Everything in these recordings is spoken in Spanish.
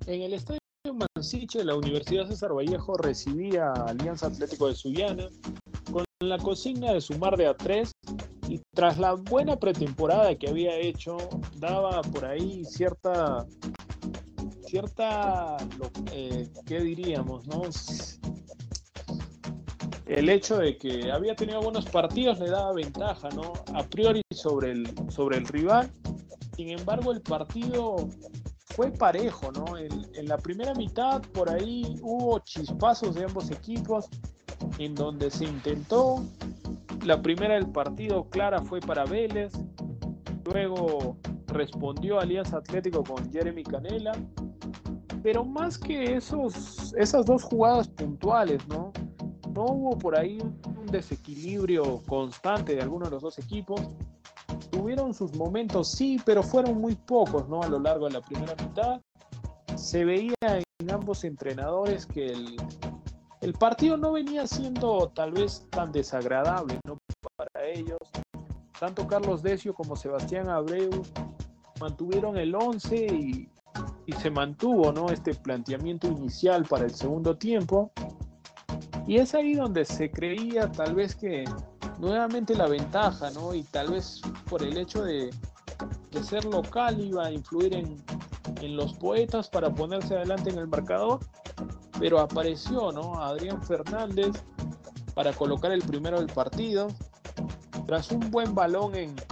En el estadio Mansiche, la Universidad César Vallejo recibía a Alianza Atlético de Sullana con la consigna de sumar de a tres, y tras la buena pretemporada que había hecho, daba por ahí ¿qué diríamos, no? El hecho de que había tenido buenos partidos le daba ventaja, ¿no? A priori sobre el rival. Sin embargo, el partido fue parejo, ¿no? En la primera mitad, por ahí hubo chispazos de ambos equipos, en donde se intentó. La primera del partido clara fue para Vélez, luego respondió Alianza Atlético con Jeremy Canela, pero más que esas dos jugadas puntuales, ¿no? No hubo por ahí un desequilibrio constante de alguno de los dos equipos. Tuvieron sus momentos, sí, pero fueron muy pocos, ¿no? A lo largo de la primera mitad. Se veía en ambos entrenadores que el partido no venía siendo tal vez tan desagradable, ¿no? Para ellos. Tanto Carlos Decio como Sebastián Abreu mantuvieron el 11 y se mantuvo, ¿no? Este planteamiento inicial para el segundo tiempo. Y es ahí donde se creía tal vez que nuevamente la ventaja, ¿no? Y tal vez por el hecho de ser local iba a influir en los poetas para ponerse adelante en el marcador, pero apareció, ¿no? Adrián Fernández para colocar el primero del partido, tras un buen balón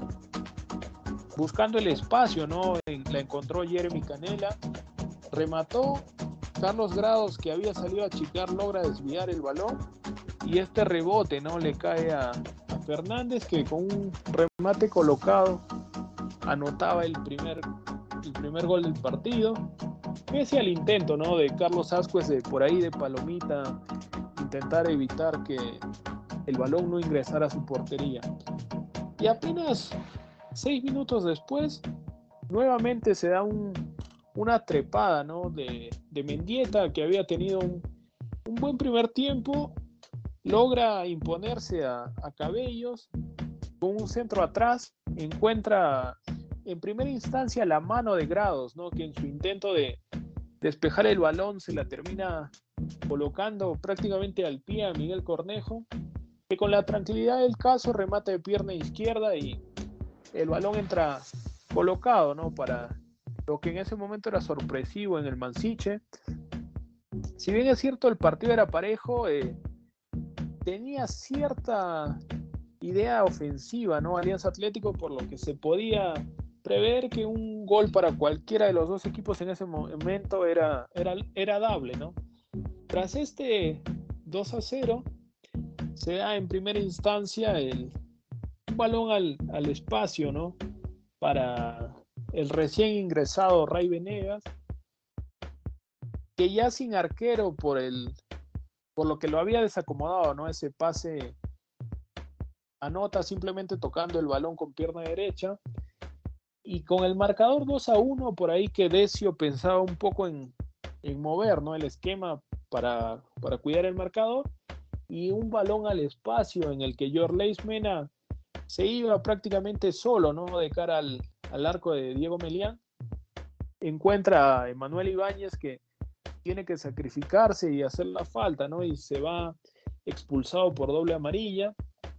buscando el espacio, ¿no? La encontró Jeremy Canela, remató. Carlos Grados, que había salido a chicar, logra desviar el balón y este rebote, ¿no? Le cae a Fernández, que con un remate colocado anotaba el primer gol del partido. Pese al intento, ¿no? De Carlos Ascuez de por ahí de palomita intentar evitar que el balón no ingresara a su portería. Y apenas 6 minutos después, nuevamente se da una trepada, ¿no? De Mendieta, que había tenido un buen primer tiempo, logra imponerse a Cabellos con un centro atrás, encuentra en primera instancia la mano de Grados, ¿no? Que en su intento de despejar el balón se la termina colocando prácticamente al pie a Miguel Cornejo, que con la tranquilidad del caso remata de pierna izquierda y el balón entra colocado, ¿no? Para lo que en ese momento era sorpresivo en el Mansiche. Si bien es cierto el partido era parejo, tenía cierta idea ofensiva, ¿no? Alianza Atlético, por lo que se podía prever que un gol para cualquiera de los dos equipos en ese momento era dable, ¿no? Tras este 2-0, se da en primera instancia un balón al espacio, ¿no? Para el recién ingresado Ray Venegas, que ya sin arquero por lo que lo había desacomodado, ¿no? Ese pase anota simplemente tocando el balón con pierna derecha. Y con el marcador 2-1, por ahí que Decio pensaba un poco en mover, ¿no? El esquema para cuidar el marcador. Y un balón al espacio en el que Yorleis Mena se iba prácticamente solo, ¿no? De cara al arco de Diego Melián. Encuentra a Emanuel Ibáñez, que tiene que sacrificarse y hacer la falta, ¿no? Y se va expulsado por doble amarilla.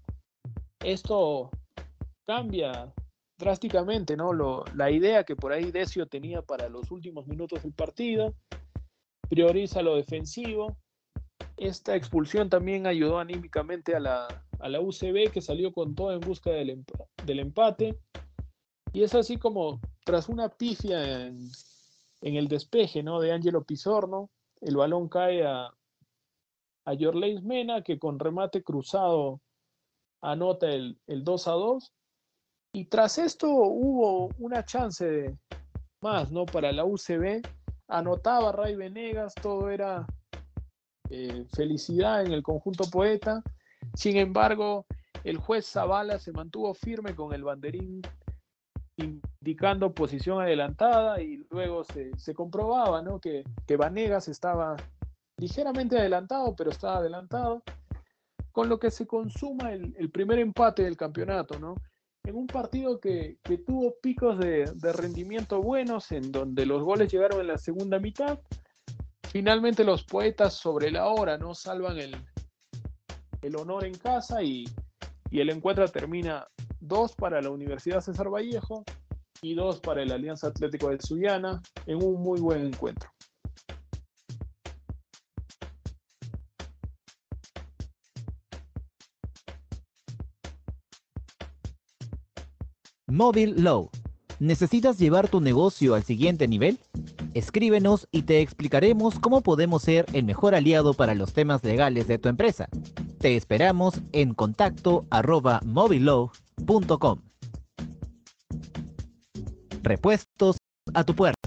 Esto cambia drásticamente, ¿no? La idea que por ahí Decio tenía para los últimos minutos del partido, prioriza lo defensivo. Esta expulsión también ayudó anímicamente a la UCB, que salió con todo en busca del empate. Y es así como, tras una pifia en el despeje, ¿no? De Ángelo Pizorno, el balón cae a Yorleis Mena, que con remate cruzado anota el 2-2. Y tras esto hubo una chance más, ¿no? Para la UCB, anotaba Ray Venegas, todo era felicidad en el conjunto poeta. Sin embargo, el juez Zavala se mantuvo firme con el banderín indicando posición adelantada y luego se comprobaba, ¿no? que Vanegas estaba ligeramente adelantado, pero estaba adelantado, con lo que se consuma el primer empate del campeonato, ¿no? en un partido que tuvo picos de rendimiento buenos, en donde los goles llegaron en la segunda mitad. Finalmente los poetas sobre la hora no salvan el honor en casa y el encuentro termina 2 para la Universidad César Vallejo y 2 para el Alianza Atlético de Sullana en un muy buen encuentro. Móvil Low. ¿Necesitas llevar tu negocio al siguiente nivel? Escríbenos y te explicaremos cómo podemos ser el mejor aliado para los temas legales de tu empresa. Te esperamos en contacto@movillow.com. Repuestos a tu puerta.